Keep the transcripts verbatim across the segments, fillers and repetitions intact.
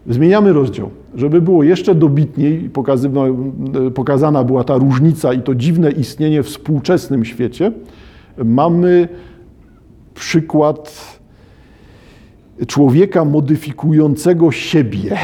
Zmieniamy rozdział, żeby było jeszcze dobitniej pokazana była ta różnica i to dziwne istnienie w współczesnym świecie. Mamy przykład człowieka modyfikującego siebie.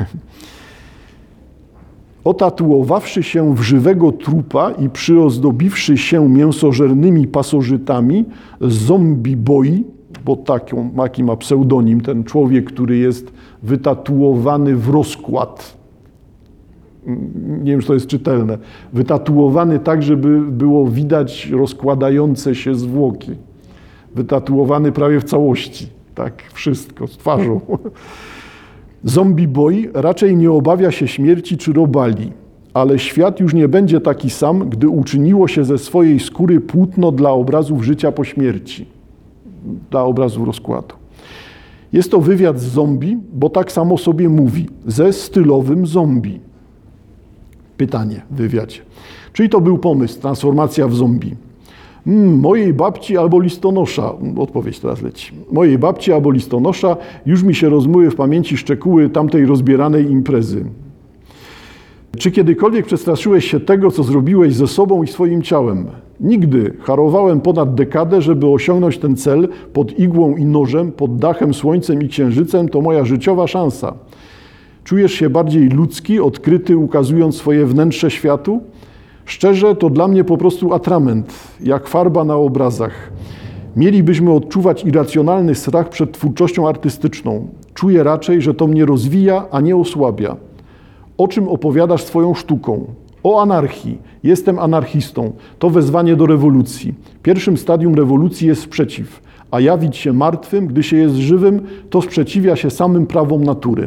Otatuowawszy się w żywego trupa i przyozdobiwszy się mięsożernymi pasożytami, zombie boy, bo taką, taki ma pseudonim ten człowiek, który jest wytatuowany w rozkład. Nie wiem, czy to jest czytelne. Wytatuowany tak, żeby było widać rozkładające się zwłoki. Wytatuowany prawie w całości. Tak, wszystko, z twarzą. Zombie boy raczej nie obawia się śmierci czy robali, ale świat już nie będzie taki sam, gdy uczyniło się ze swojej skóry płótno dla obrazów życia po śmierci. Dla obrazów rozkładu. Jest to wywiad z zombie, bo tak samo sobie mówi, ze stylowym zombie. Pytanie w wywiadzie. Czyli to był pomysł, transformacja w zombie. Hmm, mojej babci albo listonosza, odpowiedź teraz leci. Mojej babci albo listonosza już mi się rozmyły w pamięci szczegóły tamtej rozbieranej imprezy. Czy kiedykolwiek przestraszyłeś się tego, co zrobiłeś ze sobą i swoim ciałem? Nigdy. Harowałem ponad dekadę, żeby osiągnąć ten cel pod igłą i nożem, pod dachem, słońcem i księżycem. To moja życiowa szansa. Czujesz się bardziej ludzki, odkryty, ukazując swoje wnętrze światu? Szczerze, to dla mnie po prostu atrament, jak farba na obrazach. Mielibyśmy odczuwać irracjonalny strach przed twórczością artystyczną. Czuję raczej, że to mnie rozwija, a nie osłabia. O czym opowiadasz swoją sztuką? O anarchii. Jestem anarchistą. To wezwanie do rewolucji. Pierwszym stadium rewolucji jest sprzeciw, a jawić się martwym, gdy się jest żywym, to sprzeciwia się samym prawom natury.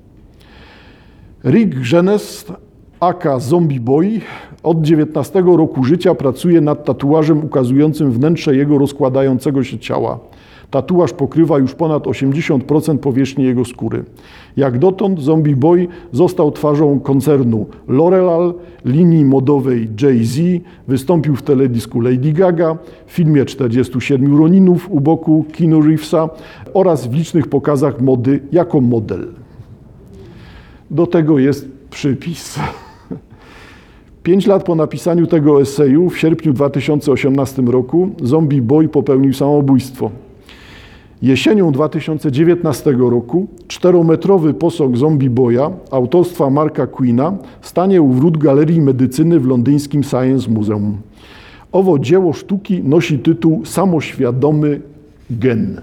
Rick Genes, aka Zombie Boy, od dziewiętnastego roku życia pracuje nad tatuażem ukazującym wnętrze jego rozkładającego się ciała. Tatuaż pokrywa już ponad osiemdziesiąt procent powierzchni jego skóry. Jak dotąd Zombie Boy został twarzą koncernu L'Oreal, linii modowej Jay-Z, wystąpił w teledysku Lady Gaga, w filmie czterdziestu siedmiu Roninów u boku Keanu Reevesa oraz w licznych pokazach mody jako model. Do tego jest przypis. Pięć lat po napisaniu tego eseju, w sierpniu dwa tysiące osiemnastego roku, Zombie Boy popełnił samobójstwo. Jesienią dwa tysiące dziewiętnastego roku czterometrowy posąg Zombie Boya autorstwa Marka Queena stanie u wrót Galerii Medycyny w londyńskim Science Museum. Owo dzieło sztuki nosi tytuł Samoświadomy gen.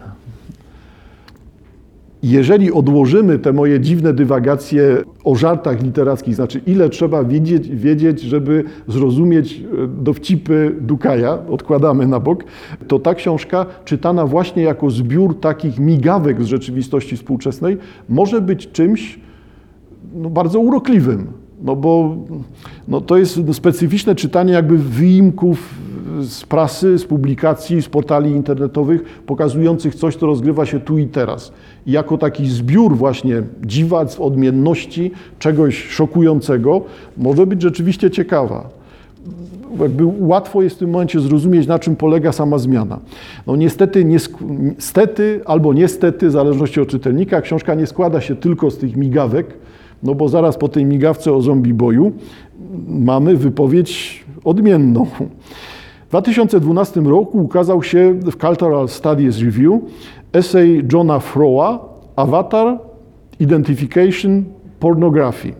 Jeżeli odłożymy te moje dziwne dywagacje o żartach literackich, znaczy ile trzeba wiedzieć, wiedzieć, żeby zrozumieć dowcipy Dukaja, odkładamy na bok, to ta książka, czytana właśnie jako zbiór takich migawek z rzeczywistości współczesnej, może być czymś no, bardzo urokliwym. No bo no, to jest specyficzne czytanie jakby wyimków z prasy, z publikacji, z portali internetowych, pokazujących coś, co rozgrywa się tu i teraz. I jako taki zbiór właśnie dziwactw, odmienności, czegoś szokującego, może być rzeczywiście ciekawa. Jakby łatwo jest w tym momencie zrozumieć, na czym polega sama zmiana. No niestety, niestety albo niestety, w zależności od czytelnika, książka nie składa się tylko z tych migawek, no bo zaraz po tej migawce o Zombie Boyu mamy wypowiedź odmienną. W dwa tysiące dwunastym roku ukazał się w Cultural Studies Review esej Johna Froa Avatar, Identification, Pornography.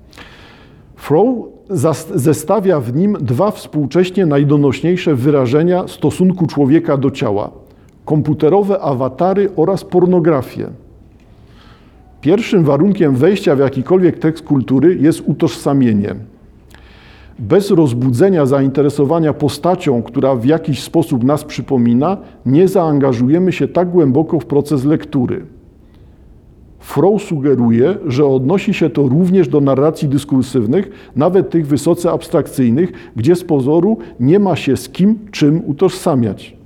Froe zestawia w nim dwa współcześnie najdonośniejsze wyrażenia stosunku człowieka do ciała. Komputerowe awatary oraz pornografię. Pierwszym warunkiem wejścia w jakikolwiek tekst kultury jest utożsamienie. Bez rozbudzenia zainteresowania postacią, która w jakiś sposób nas przypomina, nie zaangażujemy się tak głęboko w proces lektury. Froe sugeruje, że odnosi się to również do narracji dyskursywnych, nawet tych wysoce abstrakcyjnych, gdzie z pozoru nie ma się z kim, czym utożsamiać.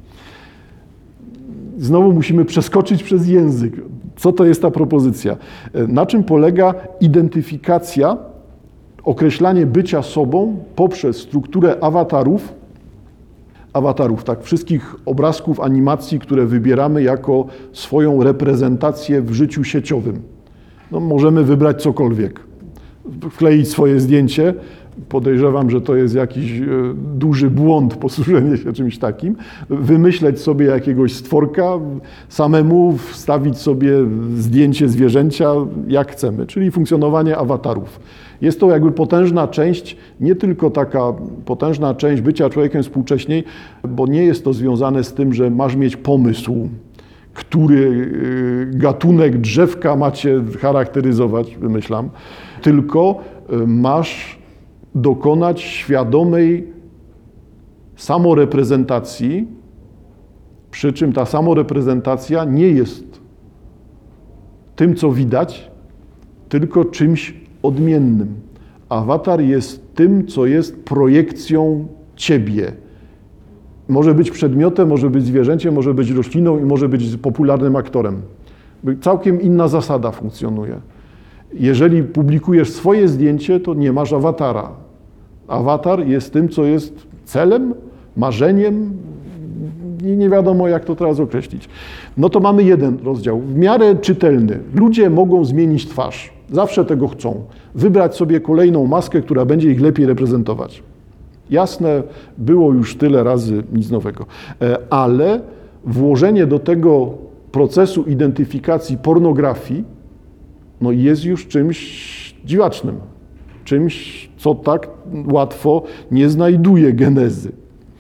Znowu musimy przeskoczyć przez język. Co to jest ta propozycja? Na czym polega identyfikacja, określanie bycia sobą poprzez strukturę awatarów, awatarów, tak, wszystkich obrazków, animacji, które wybieramy jako swoją reprezentację w życiu sieciowym. No, możemy wybrać cokolwiek, wkleić swoje zdjęcie. Podejrzewam, że to jest jakiś duży błąd posłużenie się czymś takim. Wymyśleć sobie jakiegoś stworka, samemu wstawić sobie zdjęcie zwierzęcia, jak chcemy, czyli funkcjonowanie awatarów. Jest to jakby potężna część, nie tylko taka potężna część bycia człowiekiem współcześniej, bo nie jest to związane z tym, że masz mieć pomysł, który gatunek drzewka macie charakteryzować, wymyślam, tylko masz dokonać świadomej samoreprezentacji, przy czym ta samoreprezentacja nie jest tym, co widać, tylko czymś odmiennym. Awatar jest tym, co jest projekcją ciebie. Może być przedmiotem, może być zwierzęciem, może być rośliną i może być popularnym aktorem. Całkiem inna zasada funkcjonuje. Jeżeli publikujesz swoje zdjęcie, to nie masz awatara. Awatar jest tym, co jest celem, marzeniem i nie wiadomo, jak to teraz określić. No to mamy jeden rozdział, w miarę czytelny. Ludzie mogą zmienić twarz. Zawsze tego chcą. Wybrać sobie kolejną maskę, która będzie ich lepiej reprezentować. Jasne, było już tyle razy, nic nowego. Ale włożenie do tego procesu identyfikacji pornografii no jest już czymś dziwacznym. Czymś, co tak łatwo nie znajduje genezy.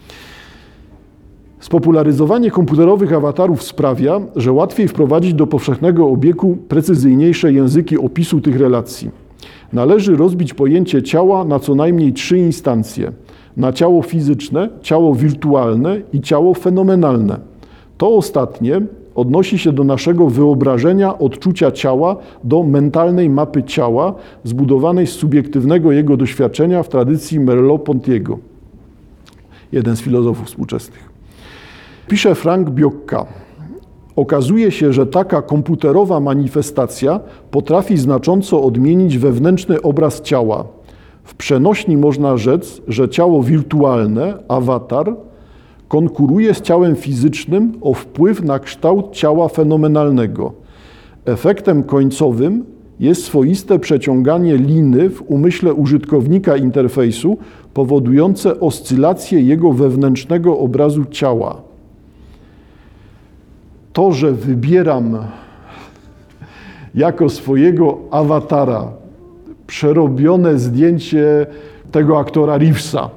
Spopularyzowanie komputerowych awatarów sprawia, że łatwiej wprowadzić do powszechnego obiegu precyzyjniejsze języki opisu tych relacji. Należy rozbić pojęcie ciała na co najmniej trzy instancje. Na ciało fizyczne, ciało wirtualne i ciało fenomenalne. To ostatnie odnosi się do naszego wyobrażenia odczucia ciała, do mentalnej mapy ciała, zbudowanej z subiektywnego jego doświadczenia w tradycji Merleau-Pontiego, jeden z filozofów współczesnych. Pisze Frank Biocca. Okazuje się, że taka komputerowa manifestacja potrafi znacząco odmienić wewnętrzny obraz ciała. W przenośni można rzec, że ciało wirtualne, awatar, konkuruje z ciałem fizycznym o wpływ na kształt ciała fenomenalnego. Efektem końcowym jest swoiste przeciąganie liny w umyśle użytkownika interfejsu, powodujące oscylację jego wewnętrznego obrazu ciała. To, że wybieram jako swojego awatara przerobione zdjęcie tego aktora Reevesa,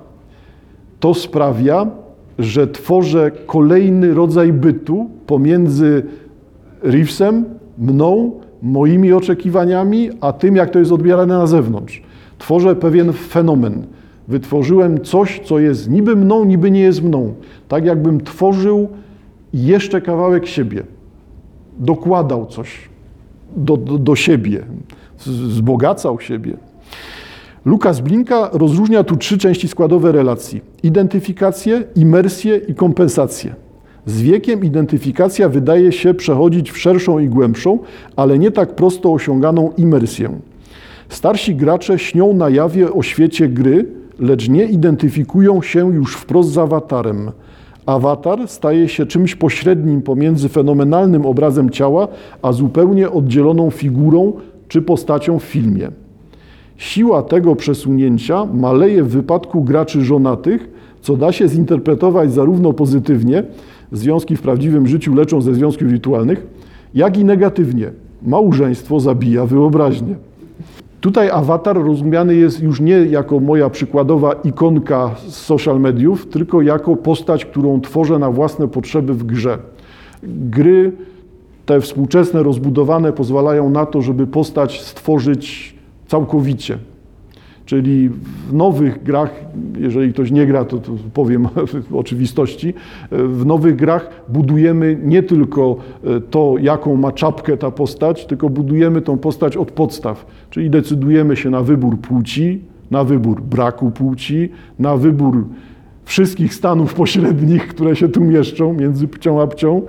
to sprawia, że tworzę kolejny rodzaj bytu pomiędzy Reevesem, mną, moimi oczekiwaniami, a tym, jak to jest odbierane na zewnątrz. Tworzę pewien fenomen. Wytworzyłem coś, co jest niby mną, niby nie jest mną. Tak jakbym tworzył jeszcze kawałek siebie. Dokładał coś do, do, do siebie. Wzbogacał siebie. Lukas Blinka rozróżnia tu trzy części składowe relacji. Identyfikację, imersję i kompensację. Z wiekiem identyfikacja wydaje się przechodzić w szerszą i głębszą, ale nie tak prosto osiąganą imersję. Starsi gracze śnią na jawie o świecie gry, lecz nie identyfikują się już wprost z awatarem. Awatar staje się czymś pośrednim pomiędzy fenomenalnym obrazem ciała, a zupełnie oddzieloną figurą czy postacią w filmie. Siła tego przesunięcia maleje w wypadku graczy żonatych, co da się zinterpretować zarówno pozytywnie, związki w prawdziwym życiu leczą ze związków wirtualnych, jak i negatywnie. Małżeństwo zabija wyobraźnię. Tutaj awatar rozumiany jest już nie jako moja przykładowa ikonka z social mediów, tylko jako postać, którą tworzę na własne potrzeby w grze. Gry te współczesne, rozbudowane pozwalają na to, żeby postać stworzyć całkowicie. Czyli w nowych grach, jeżeli ktoś nie gra, to, to powiem oczywistości, w nowych grach budujemy nie tylko to, jaką ma czapkę ta postać, tylko budujemy tą postać od podstaw. Czyli decydujemy się na wybór płci, na wybór braku płci, na wybór wszystkich stanów pośrednich, które się tu mieszczą między płcią a płcią.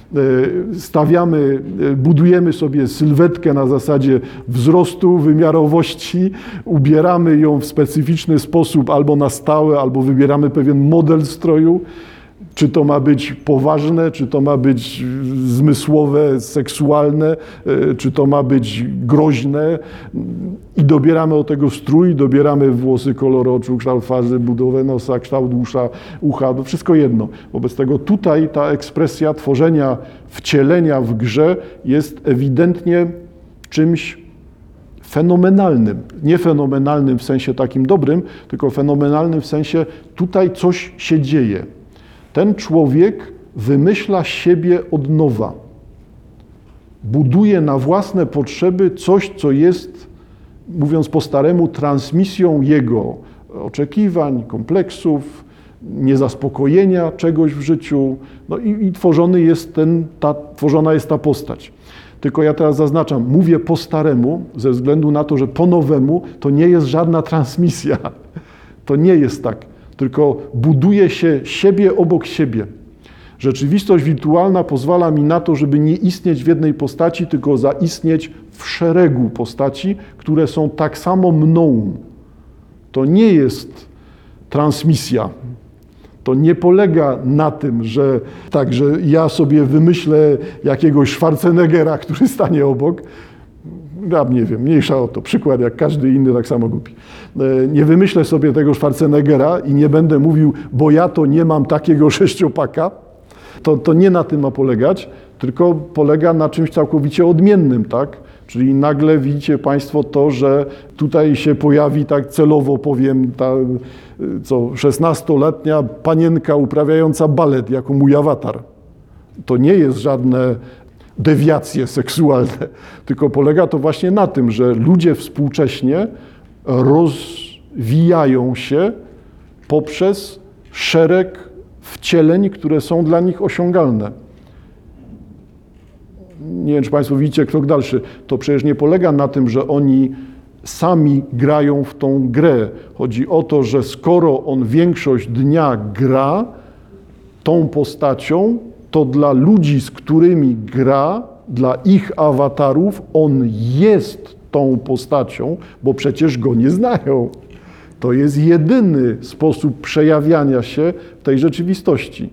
Stawiamy, budujemy sobie sylwetkę na zasadzie wzrostu, wymiarowości, ubieramy ją w specyficzny sposób albo na stałe, albo wybieramy pewien model stroju. Czy to ma być poważne, czy to ma być zmysłowe, seksualne, czy to ma być groźne. I dobieramy od tego strój, dobieramy włosy, kolor oczu, kształt twarzy, budowę nosa, kształt usza, ucha, to wszystko jedno. Wobec tego tutaj ta ekspresja tworzenia, wcielenia w grze jest ewidentnie czymś fenomenalnym. Nie fenomenalnym w sensie takim dobrym, tylko fenomenalnym w sensie tutaj coś się dzieje. Ten człowiek wymyśla siebie od nowa. Buduje na własne potrzeby coś, co jest, mówiąc po staremu, transmisją jego oczekiwań, kompleksów, niezaspokojenia czegoś w życiu. No i, i tworzony jest ten, ta, tworzona jest ta postać. Tylko ja teraz zaznaczam, mówię po staremu, ze względu na to, że po nowemu to nie jest żadna transmisja. To nie jest tak. Tylko buduje się siebie obok siebie. Rzeczywistość wirtualna pozwala mi na to, żeby nie istnieć w jednej postaci, tylko zaistnieć w szeregu postaci, które są tak samo mną. To nie jest transmisja. To nie polega na tym, że tak, że ja sobie wymyślę jakiegoś Schwarzeneggera, który stanie obok. Ja nie wiem, mniejsza o to. Przykład jak każdy inny, tak samo głupi. Nie wymyślę sobie tego Schwarzeneggera i nie będę mówił, bo ja to nie mam takiego sześciopaka. To, to nie na tym ma polegać, tylko polega na czymś całkowicie odmiennym, tak? Czyli nagle widzicie Państwo to, że tutaj się pojawi, tak celowo powiem, ta co szesnastoletnia panienka uprawiająca balet jako mój awatar. To nie jest żadne dewiacje seksualne, tylko polega to właśnie na tym, że ludzie współcześnie rozwijają się poprzez szereg wcieleń, które są dla nich osiągalne. Nie wiem, czy Państwo widzicie krok dalszy. To przecież nie polega na tym, że oni sami grają w tą grę. Chodzi o to, że skoro on większość dnia gra tą postacią, to dla ludzi, z którymi gra, dla ich awatarów, on jest tą postacią, bo przecież go nie znają. To jest jedyny sposób przejawiania się w tej rzeczywistości.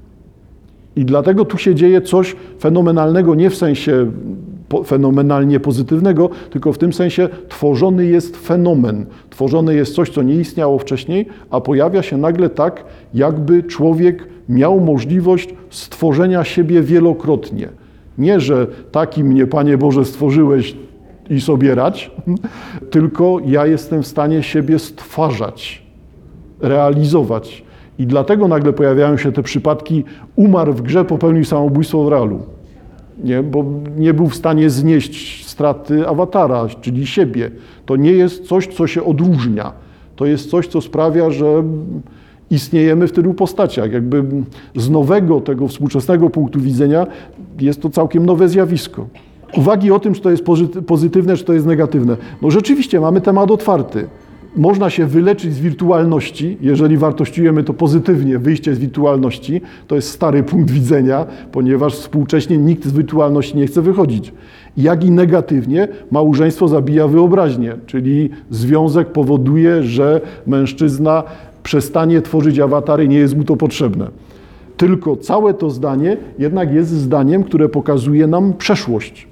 I dlatego tu się dzieje coś fenomenalnego, nie w sensie fenomenalnie pozytywnego, tylko w tym sensie tworzony jest fenomen. Tworzone jest coś, co nie istniało wcześniej, a pojawia się nagle tak, jakby człowiek miał możliwość stworzenia siebie wielokrotnie. Nie, że taki mnie, Panie Boże, stworzyłeś i sobie radź, tylko ja jestem w stanie siebie stwarzać, realizować. I dlatego nagle pojawiają się te przypadki, umarł w grze, popełnił samobójstwo w realu. Nie, bo nie był w stanie znieść straty awatara, czyli siebie. To nie jest coś, co się odróżnia. To jest coś, co sprawia, że istniejemy w tylu postaciach. Jakby z nowego, tego współczesnego punktu widzenia jest to całkiem nowe zjawisko. Uwagi o tym, czy to jest pozytywne, czy to jest negatywne. No rzeczywiście mamy temat otwarty. Można się wyleczyć z wirtualności, jeżeli wartościujemy to pozytywnie, wyjście z wirtualności. To jest stary punkt widzenia, ponieważ współcześnie nikt z wirtualności nie chce wychodzić. Jak i negatywnie, małżeństwo zabija wyobraźnię, czyli związek powoduje, że mężczyzna przestanie tworzyć awatary, nie jest mu to potrzebne. Tylko całe to zdanie jednak jest zdaniem, które pokazuje nam przeszłość.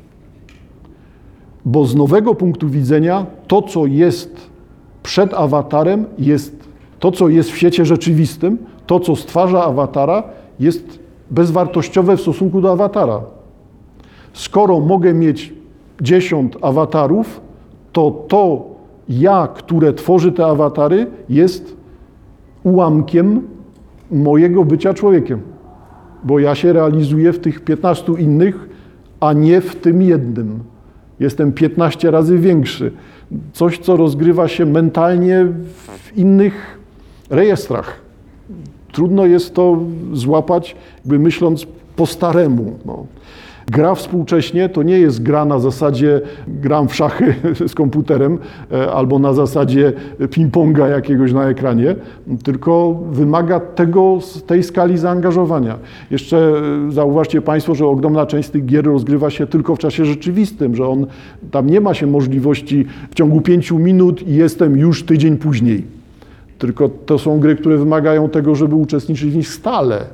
Bo z nowego punktu widzenia to, co jest przed awatarem, jest to, co jest w świecie rzeczywistym, to, co stwarza awatara, jest bezwartościowe w stosunku do awatara. Skoro mogę mieć dziesiąt awatarów, to to ja, które tworzy te awatary, jest ułamkiem mojego bycia człowiekiem. Bo ja się realizuję w tych piętnastu innych, a nie w tym jednym. Jestem piętnaście razy większy. Coś, co rozgrywa się mentalnie w innych rejestrach. Trudno jest to złapać, jakby myśląc po staremu. No. Gra współcześnie to nie jest gra na zasadzie gram w szachy z komputerem albo na zasadzie ping-ponga jakiegoś na ekranie, tylko wymaga tego, tej skali zaangażowania. Jeszcze zauważcie Państwo, że ogromna część z tych gier rozgrywa się tylko w czasie rzeczywistym, że on, tam nie ma się możliwości w ciągu pięciu minut i jestem już tydzień później. Tylko to są gry, które wymagają tego, żeby uczestniczyć w nich stale.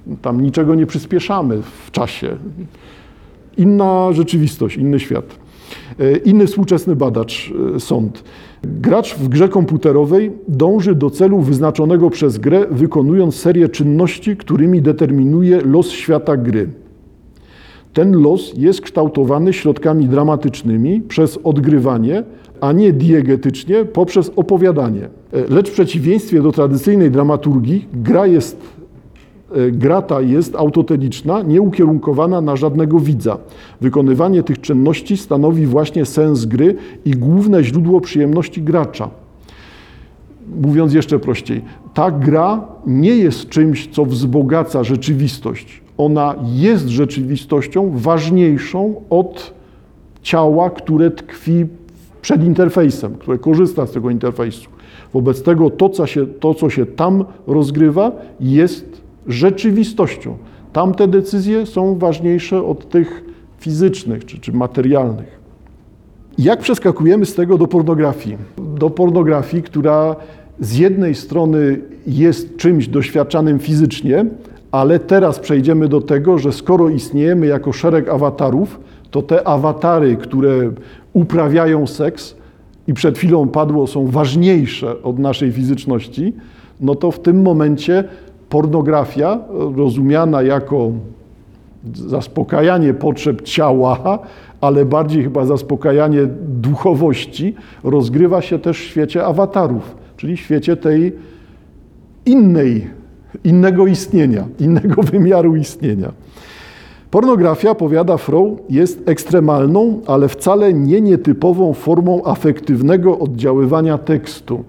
Tam niczego nie przyspieszamy w czasie. Inna rzeczywistość, inny świat. Inny współczesny badacz, Sond. Gracz w grze komputerowej dąży do celu wyznaczonego przez grę, wykonując serię czynności, którymi determinuje los świata gry. Ten los jest kształtowany środkami dramatycznymi przez odgrywanie, a nie diegetycznie poprzez opowiadanie. Lecz w przeciwieństwie do tradycyjnej dramaturgii, gra jest Gra ta jest autoteliczna, nieukierunkowana na żadnego widza. Wykonywanie tych czynności stanowi właśnie sens gry i główne źródło przyjemności gracza. Mówiąc jeszcze prościej, ta gra nie jest czymś, co wzbogaca rzeczywistość. Ona jest rzeczywistością ważniejszą od ciała, które tkwi przed interfejsem, które korzysta z tego interfejsu. Wobec tego to, co się, to, co się tam rozgrywa, jest rzeczywistością. Tamte decyzje są ważniejsze od tych fizycznych czy, czy materialnych. Jak przeskakujemy z tego do pornografii? Do pornografii, która z jednej strony jest czymś doświadczanym fizycznie, ale teraz przejdziemy do tego, że skoro istniejemy jako szereg awatarów, to te awatary, które uprawiają seks i przed chwilą padło, są ważniejsze od naszej fizyczności, no to w tym momencie pornografia, rozumiana jako zaspokajanie potrzeb ciała, ale bardziej chyba zaspokajanie duchowości, rozgrywa się też w świecie awatarów, czyli w świecie tej innej, innego istnienia, innego wymiaru istnienia. Pornografia, powiada Fromm, jest ekstremalną, ale wcale nie nietypową formą afektywnego oddziaływania tekstu.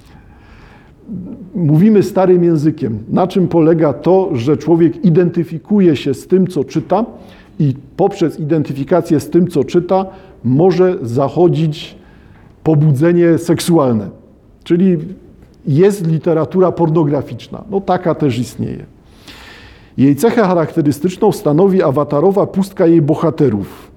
Mówimy starym językiem. Na czym polega to, że człowiek identyfikuje się z tym, co czyta i poprzez identyfikację z tym, co czyta, może zachodzić pobudzenie seksualne. Czyli jest literatura pornograficzna. No taka też istnieje. Jej cechę charakterystyczną stanowi awatarowa pustka jej bohaterów.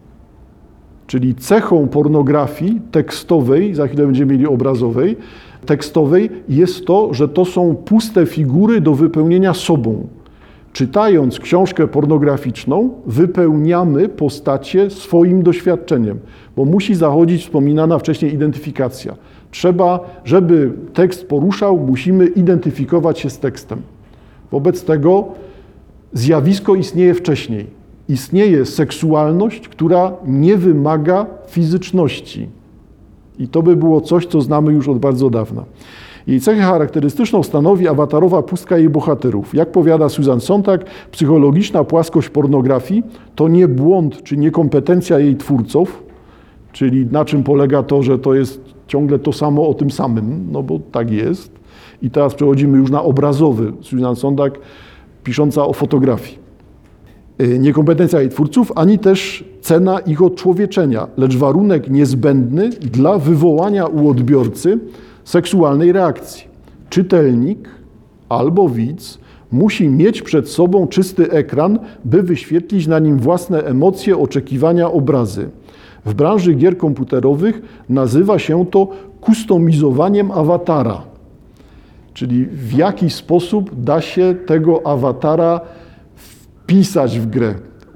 Czyli cechą pornografii tekstowej, za chwilę będziemy mieli obrazowej, tekstowej jest to, że to są puste figury do wypełnienia sobą. Czytając książkę pornograficzną, wypełniamy postacie swoim doświadczeniem, bo musi zachodzić wspominana wcześniej identyfikacja. Trzeba, żeby tekst poruszał, musimy identyfikować się z tekstem. Wobec tego zjawisko istnieje wcześniej. Istnieje seksualność, która nie wymaga fizyczności. I to by było coś, co znamy już od bardzo dawna. Jej cechę charakterystyczną stanowi awatarowa pustka jej bohaterów. Jak powiada Susan Sontag, psychologiczna płaskość pornografii to nie błąd czy niekompetencja jej twórców, czyli na czym polega to, że to jest ciągle to samo o tym samym, no bo tak jest. I teraz przechodzimy już na obrazowy. Susan Sontag pisząca o fotografii. Niekompetencja jej twórców, ani też cena ich odczłowieczenia, lecz warunek niezbędny dla wywołania u odbiorcy seksualnej reakcji. Czytelnik albo widz musi mieć przed sobą czysty ekran, by wyświetlić na nim własne emocje, oczekiwania, obrazy. W branży gier komputerowych nazywa się to kustomizowaniem awatara. Czyli w jaki sposób da się tego awatara wpisać w grę,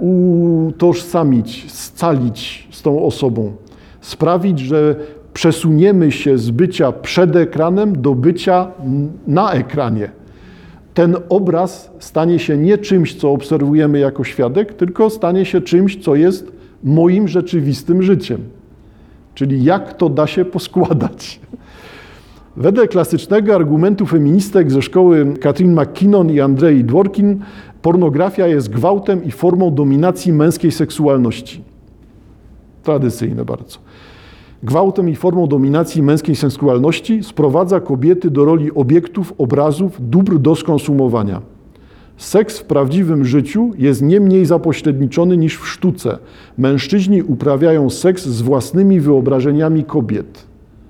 utożsamić, scalić z tą osobą, sprawić, że przesuniemy się z bycia przed ekranem do bycia na ekranie. Ten obraz stanie się nie czymś, co obserwujemy jako świadek, tylko stanie się czymś, co jest moim rzeczywistym życiem. Czyli jak to da się poskładać. Wedle klasycznego argumentu feministek ze szkoły Katrin McKinnon i Andrei Dworkin, pornografia jest gwałtem i formą dominacji męskiej seksualności. Tradycyjne bardzo. Gwałtem i formą dominacji męskiej seksualności sprowadza kobiety do roli obiektów, obrazów, dóbr do skonsumowania. Seks w prawdziwym życiu jest nie mniej zapośredniczony niż w sztuce. Mężczyźni uprawiają seks z własnymi wyobrażeniami kobiet.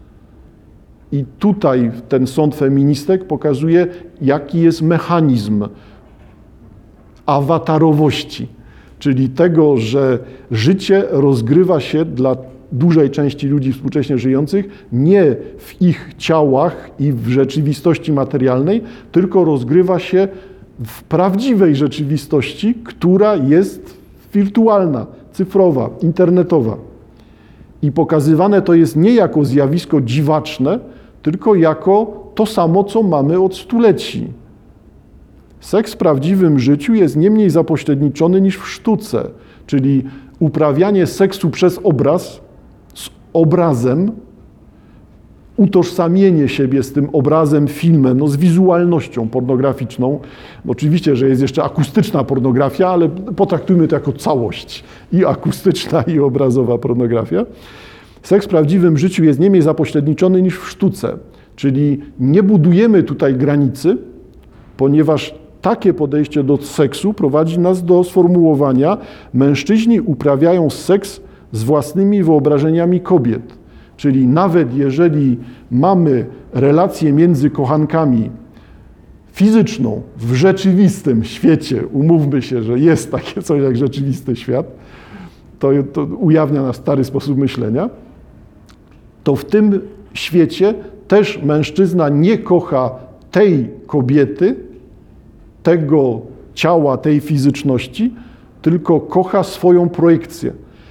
I tutaj ten sąd feministek pokazuje, jaki jest mechanizm awatarowości, czyli tego, że życie rozgrywa się dla dużej części ludzi współcześnie żyjących nie w ich ciałach i w rzeczywistości materialnej, tylko rozgrywa się w prawdziwej rzeczywistości, która jest wirtualna, cyfrowa, internetowa. I pokazywane to jest nie jako zjawisko dziwaczne, tylko jako to samo, co mamy od stuleci. Seks w prawdziwym życiu jest nie mniej zapośredniczony niż w sztuce, czyli uprawianie seksu przez obraz, z obrazem, utożsamienie siebie z tym obrazem, filmem, no z wizualnością pornograficzną. Oczywiście, że jest jeszcze akustyczna pornografia, ale potraktujmy to jako całość. I akustyczna, i obrazowa pornografia. Seks w prawdziwym życiu jest nie mniej zapośredniczony niż w sztuce. Czyli nie budujemy tutaj granicy, ponieważ takie podejście do seksu prowadzi nas do sformułowania: mężczyźni uprawiają seks z własnymi wyobrażeniami kobiet. Czyli nawet jeżeli mamy relację między kochankami fizyczną w rzeczywistym świecie, umówmy się, że jest takie coś jak rzeczywisty świat, to, to ujawnia nasz stary sposób myślenia, to w tym świecie też mężczyzna nie kocha tej kobiety, tego ciała, tej fizyczności, tylko kocha swoją projekcję.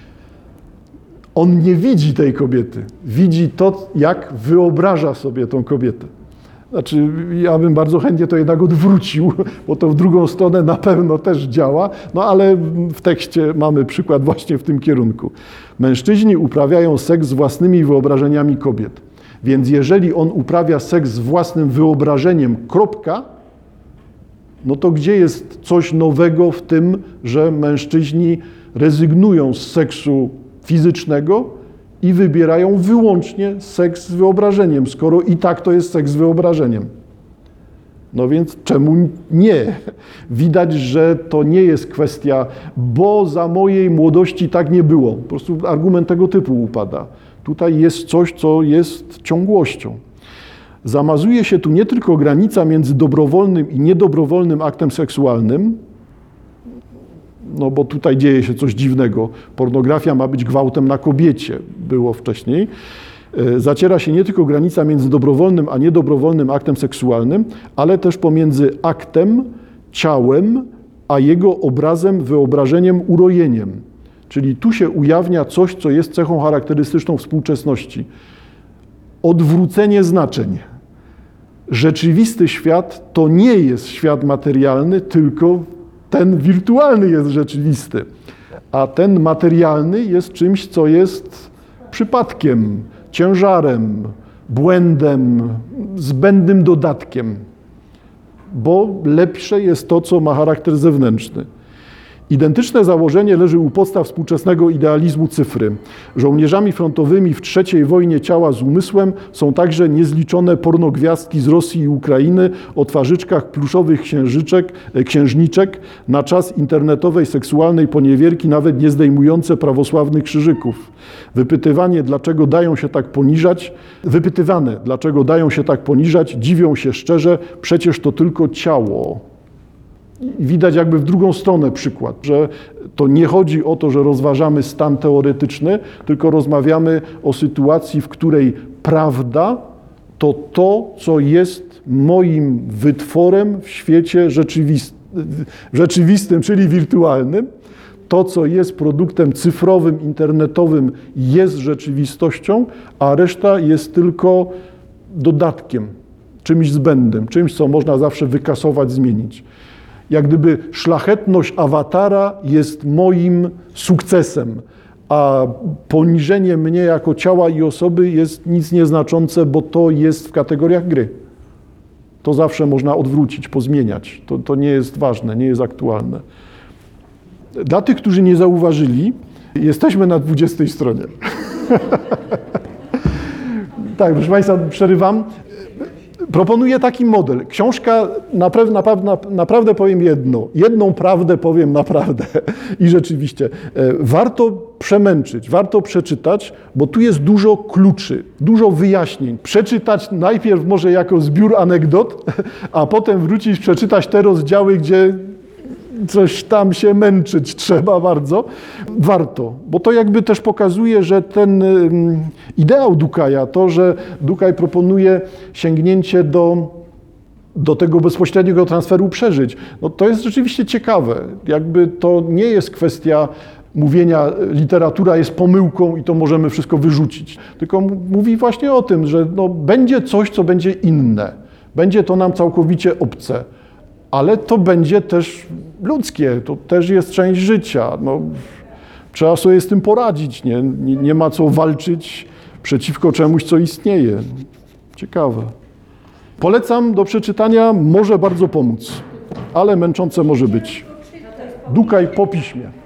On nie widzi tej kobiety, widzi to, jak wyobraża sobie tą kobietę. Znaczy, ja bym bardzo chętnie to jednak odwrócił, bo to w drugą stronę na pewno też działa, no ale w tekście mamy przykład właśnie w tym kierunku. Mężczyźni uprawiają seks z własnymi wyobrażeniami kobiet. Więc jeżeli on uprawia seks z własnym wyobrażeniem, kropka, no to gdzie jest coś nowego w tym, że mężczyźni rezygnują z seksu fizycznego i wybierają wyłącznie seks z wyobrażeniem, skoro i tak to jest seks z wyobrażeniem. No więc czemu nie? Widać, że to nie jest kwestia, bo za mojej młodości tak nie było. Po prostu argument tego typu upada. Tutaj jest coś, co jest ciągłością. Zamazuje się tu nie tylko granica między dobrowolnym i niedobrowolnym aktem seksualnym, no bo tutaj dzieje się coś dziwnego. Pornografia ma być gwałtem na kobiecie, było wcześniej. Zaciera się nie tylko granica między dobrowolnym a niedobrowolnym aktem seksualnym, ale też pomiędzy aktem, ciałem, a jego obrazem, wyobrażeniem, urojeniem. Czyli tu się ujawnia coś, co jest cechą charakterystyczną współczesności. Odwrócenie znaczeń. Rzeczywisty świat to nie jest świat materialny, tylko ten wirtualny jest rzeczywisty. A ten materialny jest czymś, co jest przypadkiem, ciężarem, błędem, zbędnym dodatkiem. Bo lepsze jest to, co ma charakter zewnętrzny. Identyczne założenie leży u podstaw współczesnego idealizmu cyfry. Żołnierzami frontowymi w trzeciej wojnie ciała z umysłem są także niezliczone pornogwiazdki z Rosji i Ukrainy o twarzyczkach pluszowych księżyczek, księżniczek na czas internetowej seksualnej poniewierki, nawet nie zdejmujące prawosławnych krzyżyków. Wypytywanie, dlaczego dają się tak poniżać, wypytywane, dlaczego dają się tak poniżać, dziwią się szczerze, przecież to tylko ciało. Widać jakby w drugą stronę przykład, że to nie chodzi o to, że rozważamy stan teoretyczny, tylko rozmawiamy o sytuacji, w której prawda to to, co jest moim wytworem w świecie rzeczywistym, rzeczywistym, czyli wirtualnym. To, co jest produktem cyfrowym, internetowym, jest rzeczywistością, a reszta jest tylko dodatkiem, czymś zbędnym, czymś, co można zawsze wykasować, zmienić. Jak gdyby szlachetność awatara jest moim sukcesem, a poniżenie mnie jako ciała i osoby jest nic nieznaczące, bo to jest w kategoriach gry. To zawsze można odwrócić, pozmieniać. To, to nie jest ważne, nie jest aktualne. Dla tych, którzy nie zauważyli, jesteśmy na dwudziestej stronie. Tak, proszę Państwa, przerywam. Proponuję taki model. Książka, naprawdę, naprawdę, naprawdę powiem jedno. Jedną prawdę powiem naprawdę. I rzeczywiście, warto przemęczyć, warto przeczytać, bo tu jest dużo kluczy, dużo wyjaśnień. Przeczytać najpierw może jako zbiór anegdot, a potem wrócić, przeczytać te rozdziały, gdzie coś tam się męczyć trzeba bardzo. Warto, bo to jakby też pokazuje, że ten ideał Dukaja, to, że Dukaj proponuje sięgnięcie do do tego bezpośredniego transferu przeżyć. No to jest rzeczywiście ciekawe. Jakby to nie jest kwestia mówienia, literatura jest pomyłką i to możemy wszystko wyrzucić. Tylko mówi właśnie o tym, że no, będzie coś, co będzie inne. Będzie to nam całkowicie obce. Ale to będzie też ludzkie, to też jest część życia. No, trzeba sobie z tym poradzić, nie? Nie, nie ma co walczyć przeciwko czemuś, co istnieje. Ciekawe. Polecam do przeczytania, może bardzo pomóc, ale męczące może być. Dukaj po piśmie.